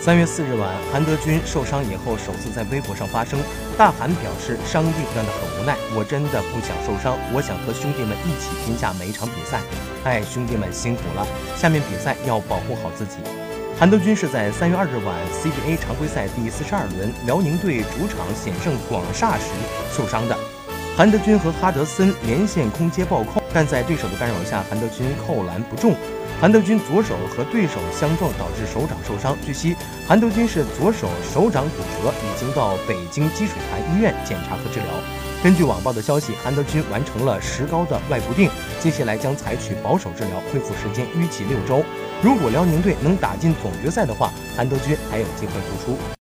3月4日晚，韩德君受伤以后首次在微博上发声，大韩表示伤病让他很无奈，我真的不想受伤，我想和兄弟们一起拼下每一场比赛。兄弟们辛苦了，下面比赛要保护好自己。韩德君是在3月2日晚 CBA 常规赛第42轮辽宁队主场险胜广厦时受伤的。韩德君和哈德森连线空接暴扣，但在对手的干扰下，韩德君扣篮不中。韩德君左手和对手相撞，导致手掌受伤。据悉，韩德君是左手手掌骨折，已经到北京积水潭医院检查和治疗。根据网报的消息，韩德君完成了石膏的外部定，接下来将采取保守治疗，恢复时间预计6周。如果辽宁队能打进总决赛的话，韩德君还有机会复出。